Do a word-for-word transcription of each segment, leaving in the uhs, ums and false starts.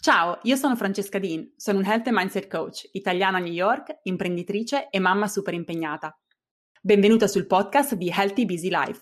Ciao, io sono Francesca Dean, sono un Health and Mindset Coach, italiana a New York, imprenditrice e mamma super impegnata. Benvenuta sul podcast di Healthy Busy Life.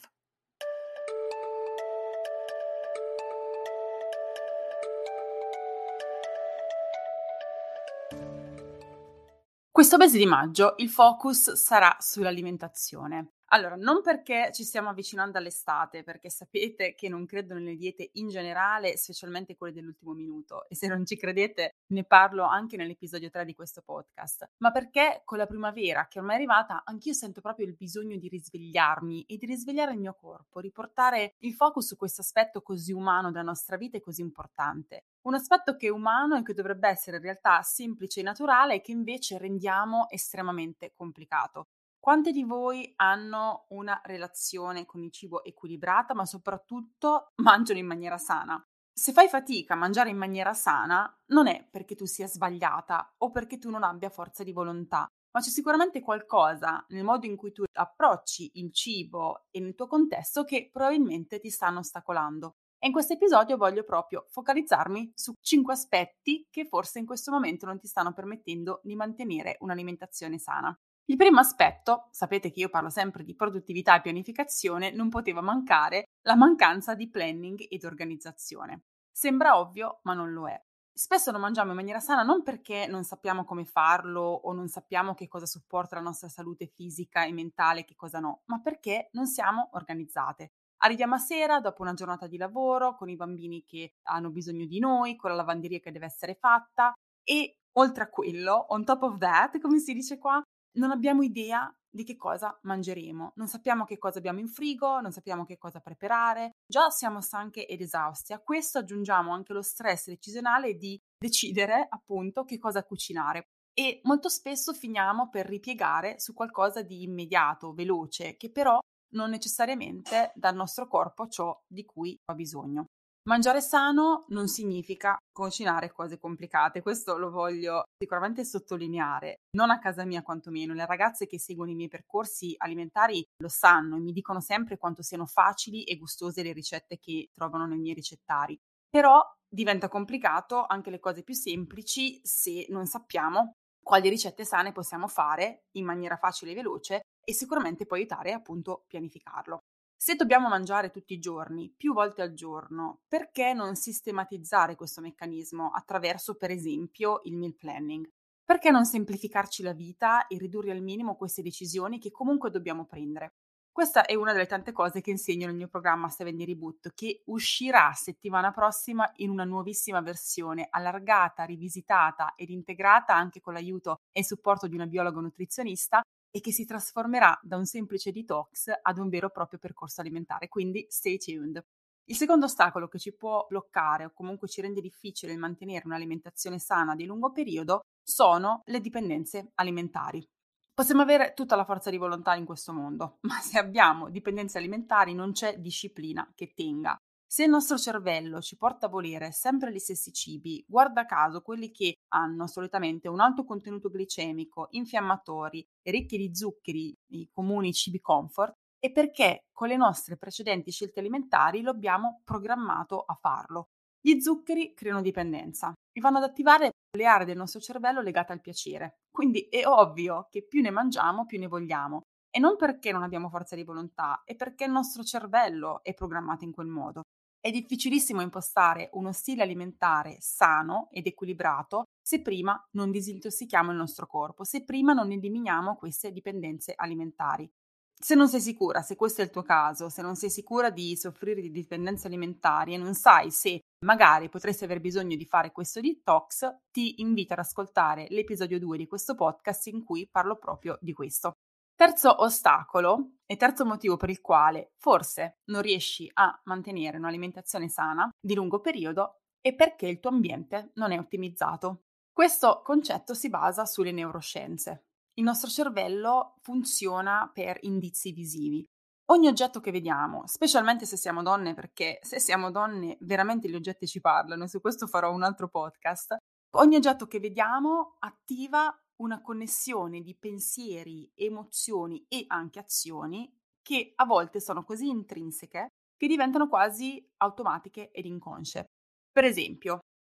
Questo mese di maggio il focus sarà sull'alimentazione. Allora, non perché ci stiamo avvicinando all'estate, perché sapete che non credo nelle diete in generale, specialmente quelle dell'ultimo minuto, e se non ci credete ne parlo anche nell'episodio tre di questo podcast, ma perché con la primavera che ormai è arrivata anch'io sento proprio il bisogno di risvegliarmi e di risvegliare il mio corpo, riportare il focus su questo aspetto così umano della nostra vita e così importante. Un aspetto che è umano e che dovrebbe essere in realtà semplice e naturale e che invece rendiamo estremamente complicato. Quante di voi hanno una relazione con il cibo equilibrata, ma soprattutto mangiano in maniera sana? Se fai fatica a mangiare in maniera sana, non è perché tu sia sbagliata o perché tu non abbia forza di volontà, ma c'è sicuramente qualcosa nel modo in cui tu approcci il cibo e nel tuo contesto che probabilmente ti stanno ostacolando. E in questo episodio voglio proprio focalizzarmi su cinque aspetti che forse in questo momento non ti stanno permettendo di mantenere un'alimentazione sana. Il primo aspetto, sapete che io parlo sempre di produttività e pianificazione, non poteva mancare la mancanza di planning ed organizzazione. Sembra ovvio, ma non lo è. Spesso non mangiamo in maniera sana non perché non sappiamo come farlo o non sappiamo che cosa supporta la nostra salute fisica e mentale e che cosa no, ma perché non siamo organizzate. Arriviamo a sera dopo una giornata di lavoro, con i bambini che hanno bisogno di noi, con la lavanderia che deve essere fatta e oltre a quello, on top of that, come si dice qua, non abbiamo idea di che cosa mangeremo, non sappiamo che cosa abbiamo in frigo, non sappiamo che cosa preparare, già siamo stanche ed esausti. A questo aggiungiamo anche lo stress decisionale di decidere appunto che cosa cucinare e molto spesso finiamo per ripiegare su qualcosa di immediato, veloce, che però non necessariamente dal nostro corpo ciò di cui ha bisogno. Mangiare sano non significa cucinare cose complicate, questo lo voglio sicuramente sottolineare, non a casa mia quantomeno. Le ragazze che seguono i miei percorsi alimentari lo sanno e mi dicono sempre quanto siano facili e gustose le ricette che trovano nei miei ricettari. Però diventa complicato anche le cose più semplici se non sappiamo quali ricette sane possiamo fare in maniera facile e veloce e sicuramente può aiutare appunto a pianificarlo. Se dobbiamo mangiare tutti i giorni, più volte al giorno, perché non sistematizzare questo meccanismo attraverso, per esempio, il meal planning? Perché non semplificarci la vita e ridurre al minimo queste decisioni che comunque dobbiamo prendere? Questa è una delle tante cose che insegno nel mio programma seven day Reboot, che uscirà settimana prossima in una nuovissima versione, allargata, rivisitata ed integrata anche con l'aiuto e il supporto di una biologo nutrizionista e che si trasformerà da un semplice detox ad un vero e proprio percorso alimentare, quindi stay tuned. Il secondo ostacolo che ci può bloccare o comunque ci rende difficile il mantenere un'alimentazione sana di lungo periodo sono le dipendenze alimentari. Possiamo avere tutta la forza di volontà in questo mondo, ma se abbiamo dipendenze alimentari non c'è disciplina che tenga. Se il nostro cervello ci porta a volere sempre gli stessi cibi, guarda caso quelli che hanno solitamente un alto contenuto glicemico, infiammatori, ricchi di zuccheri, i comuni cibi comfort, è perché con le nostre precedenti scelte alimentari lo abbiamo programmato a farlo. Gli zuccheri creano dipendenza e vanno ad attivare le aree del nostro cervello legate al piacere. Quindi è ovvio che più ne mangiamo, più ne vogliamo. E non perché non abbiamo forza di volontà, è perché il nostro cervello è programmato in quel modo. È difficilissimo impostare uno stile alimentare sano ed equilibrato se prima non disintossichiamo il nostro corpo, se prima non eliminiamo queste dipendenze alimentari. Se non sei sicura, se questo è il tuo caso, se non sei sicura di soffrire di dipendenze alimentari e non sai se magari potresti aver bisogno di fare questo detox, ti invito ad ascoltare l'episodio due di questo podcast in cui parlo proprio di questo. Terzo ostacolo e terzo motivo per il quale forse non riesci a mantenere un'alimentazione sana di lungo periodo è perché il tuo ambiente non è ottimizzato. Questo concetto si basa sulle neuroscienze. Il nostro cervello funziona per indizi visivi. Ogni oggetto che vediamo, specialmente se siamo donne, perché se siamo donne veramente gli oggetti ci parlano, e su questo farò un altro podcast, ogni oggetto che vediamo attiva una connessione di pensieri, emozioni e anche azioni che a volte sono così intrinseche che diventano quasi automatiche ed inconsce. Per esempio,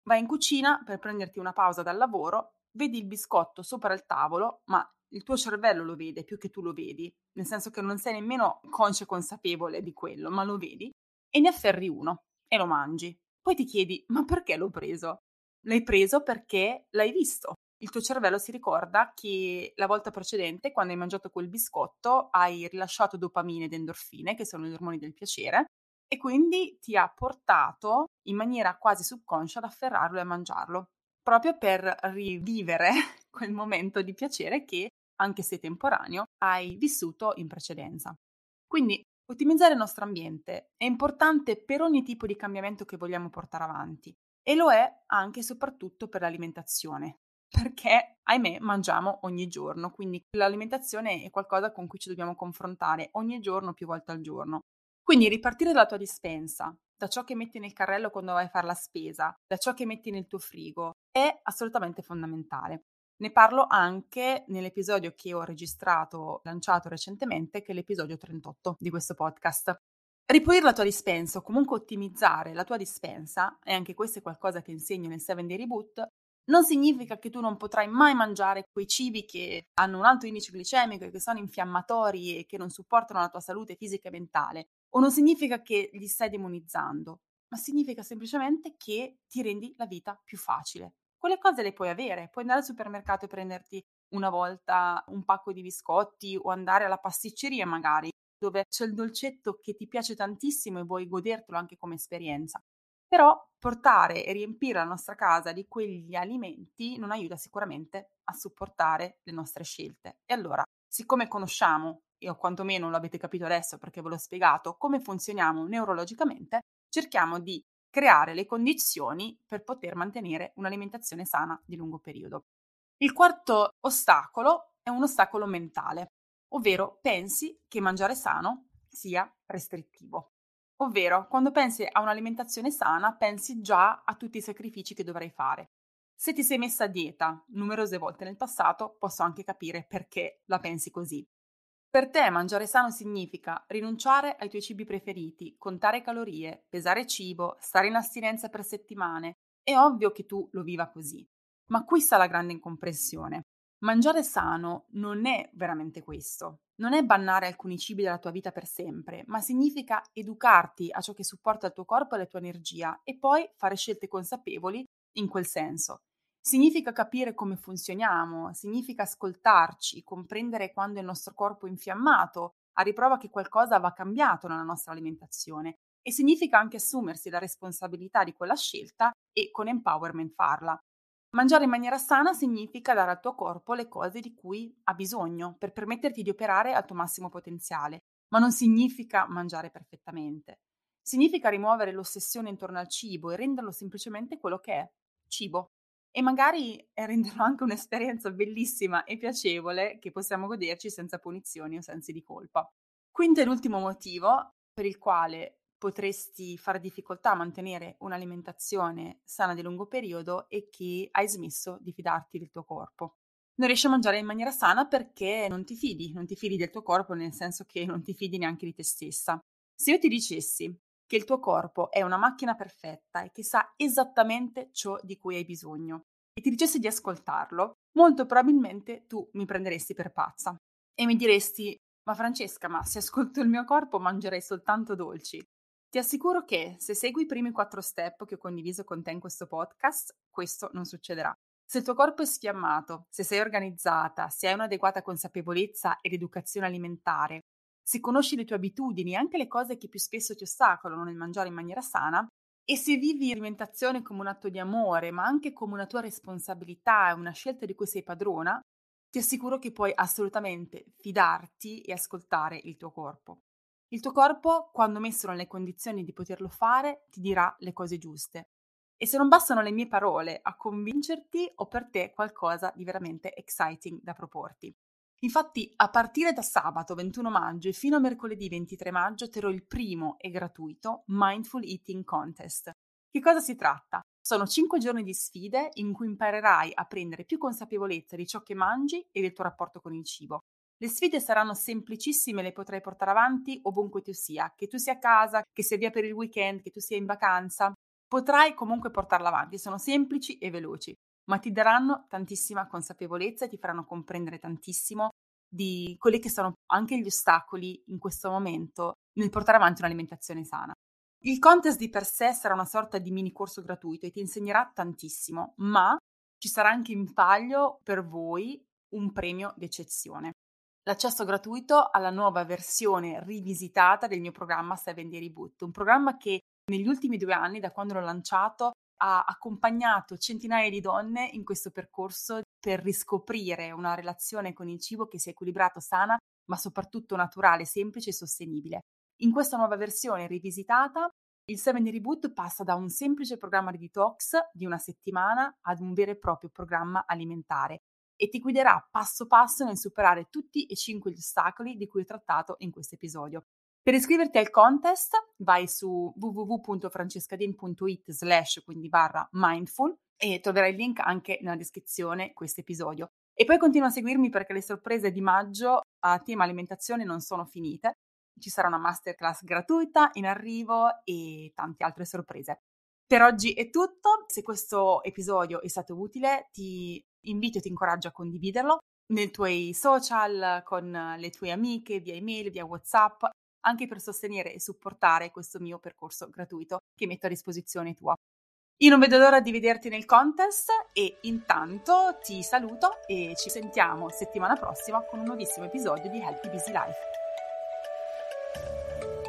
Vai in cucina per prenderti una pausa dal lavoro, vedi il biscotto sopra il tavolo, ma il tuo cervello lo vede più che tu lo vedi, nel senso che non sei nemmeno conscia e consapevole di quello, ma lo vedi e ne afferri uno e lo mangi. Poi ti chiedi: ma perché l'ho preso? L'hai preso perché l'hai visto. Il tuo cervello si ricorda che la volta precedente, quando hai mangiato quel biscotto, hai rilasciato dopamine ed endorfine, che sono gli ormoni del piacere, e quindi ti ha portato in maniera quasi subconscia ad afferrarlo e a mangiarlo, proprio per rivivere quel momento di piacere che, anche se temporaneo, hai vissuto in precedenza. Quindi ottimizzare il nostro ambiente è importante per ogni tipo di cambiamento che vogliamo portare avanti e lo è anche e soprattutto per l'alimentazione, perché ahimè mangiamo ogni giorno, quindi l'alimentazione è qualcosa con cui ci dobbiamo confrontare ogni giorno, più volte al giorno. Quindi ripartire dalla tua dispensa, da ciò che metti nel carrello quando vai a fare la spesa, da ciò che metti nel tuo frigo, è assolutamente fondamentale. Ne parlo anche nell'episodio che ho registrato, lanciato recentemente, che è l'episodio trentotto di questo podcast. Ripulire la tua dispensa o comunque ottimizzare la tua dispensa, e anche questo è qualcosa che insegno nel seven day Reboot, non significa che tu non potrai mai mangiare quei cibi che hanno un alto indice glicemico e che sono infiammatori e che non supportano la tua salute fisica e mentale, o non significa che li stai demonizzando, ma significa semplicemente che ti rendi la vita più facile. Quelle cose le puoi avere, puoi andare al supermercato e prenderti una volta un pacco di biscotti o andare alla pasticceria magari, dove c'è il dolcetto che ti piace tantissimo e vuoi godertelo anche come esperienza. Però portare e riempire la nostra casa di quegli alimenti non aiuta sicuramente a supportare le nostre scelte. E allora, siccome conosciamo, e o quantomeno lo avete capito adesso perché ve l'ho spiegato, come funzioniamo neurologicamente, cerchiamo di creare le condizioni per poter mantenere un'alimentazione sana di lungo periodo. Il quarto ostacolo è un ostacolo mentale, ovvero pensi che mangiare sano sia restrittivo. Ovvero, quando pensi a un'alimentazione sana, pensi già a tutti i sacrifici che dovrai fare. Se ti sei messa a dieta numerose volte nel passato, posso anche capire perché la pensi così. Per te mangiare sano significa rinunciare ai tuoi cibi preferiti, contare calorie, pesare cibo, stare in astinenza per settimane. È ovvio che tu lo viva così. Ma qui sta la grande incomprensione. Mangiare sano non è veramente questo. Non è bannare alcuni cibi dalla tua vita per sempre, ma significa educarti a ciò che supporta il tuo corpo e la tua energia e poi fare scelte consapevoli in quel senso. Significa capire come funzioniamo, significa ascoltarci, comprendere quando il nostro corpo è infiammato, a riprova che qualcosa va cambiato nella nostra alimentazione e significa anche assumersi la responsabilità di quella scelta e con empowerment farla. Mangiare in maniera sana significa dare al tuo corpo le cose di cui ha bisogno per permetterti di operare al tuo massimo potenziale, ma non significa mangiare perfettamente. Significa rimuovere l'ossessione intorno al cibo e renderlo semplicemente quello che è, cibo. E magari eh, renderlo anche un'esperienza bellissima e piacevole che possiamo goderci senza punizioni o sensi di colpa. Quinto ed ultimo motivo per il quale potresti fare difficoltà a mantenere un'alimentazione sana di lungo periodo è che hai smesso di fidarti del tuo corpo. Non riesci a mangiare in maniera sana perché non ti fidi, non ti fidi del tuo corpo, nel senso che non ti fidi neanche di te stessa. Se io ti dicessi che il tuo corpo è una macchina perfetta e che sa esattamente ciò di cui hai bisogno e ti dicessi di ascoltarlo, molto probabilmente tu mi prenderesti per pazza e mi diresti: ma Francesca, ma se ascolto il mio corpo mangerei soltanto dolci. Ti assicuro che se segui i primi quattro step che ho condiviso con te in questo podcast, questo non succederà. Se il tuo corpo è sfiammato, se sei organizzata, se hai un'adeguata consapevolezza ed educazione alimentare, se conosci le tue abitudini e anche le cose che più spesso ti ostacolano nel mangiare in maniera sana, e se vivi l'alimentazione come un atto di amore, ma anche come una tua responsabilità e una scelta di cui sei padrona, ti assicuro che puoi assolutamente fidarti e ascoltare il tuo corpo. Il tuo corpo, quando messo nelle condizioni di poterlo fare, ti dirà le cose giuste. E se non bastano le mie parole a convincerti, ho per te qualcosa di veramente exciting da proporti. Infatti, a partire da sabato ventuno maggio e fino a mercoledì ventitré maggio terrò il primo e gratuito Mindful Eating Contest. Che cosa si tratta? Sono cinque giorni di sfide in cui imparerai a prendere più consapevolezza di ciò che mangi e del tuo rapporto con il cibo. Le sfide saranno semplicissime, le potrai portare avanti ovunque tu sia, che tu sia a casa, che sia via per il weekend, che tu sia in vacanza. potrai comunque portarla avanti, sono semplici e veloci, ma ti daranno tantissima consapevolezza e ti faranno comprendere tantissimo di quelli che sono anche gli ostacoli in questo momento nel portare avanti un'alimentazione sana. Il contest di per sé sarà una sorta di mini corso gratuito e ti insegnerà tantissimo, ma ci sarà anche in palio per voi un premio d'eccezione. L'accesso gratuito alla nuova versione rivisitata del mio programma seven day Reboot, un programma che negli ultimi due anni, da quando l'ho lanciato, ha accompagnato centinaia di donne in questo percorso per riscoprire una relazione con il cibo che sia equilibrata, sana, ma soprattutto naturale, semplice e sostenibile. In questa nuova versione rivisitata, il seven day Reboot passa da un semplice programma di detox di una settimana ad un vero e proprio programma alimentare e ti guiderà passo passo nel superare tutti e cinque gli ostacoli di cui ho trattato in questo episodio. Per iscriverti al contest vai su w w w punto francescadin punto it slash quindi barra mindful e troverai il link anche nella descrizione di questo episodio. E poi continua a seguirmi perché le sorprese di maggio a tema alimentazione non sono finite. Ci sarà una masterclass gratuita in arrivo e tante altre sorprese. Per oggi è tutto. Se questo episodio è stato utile, ti invito e ti incoraggio a condividerlo nei tuoi social, con le tue amiche, via email, via WhatsApp, anche per sostenere e supportare questo mio percorso gratuito che metto a disposizione tua. Io non vedo l'ora di vederti nel contest e intanto ti saluto e ci sentiamo settimana prossima con un nuovissimo episodio di Healthy Busy Life.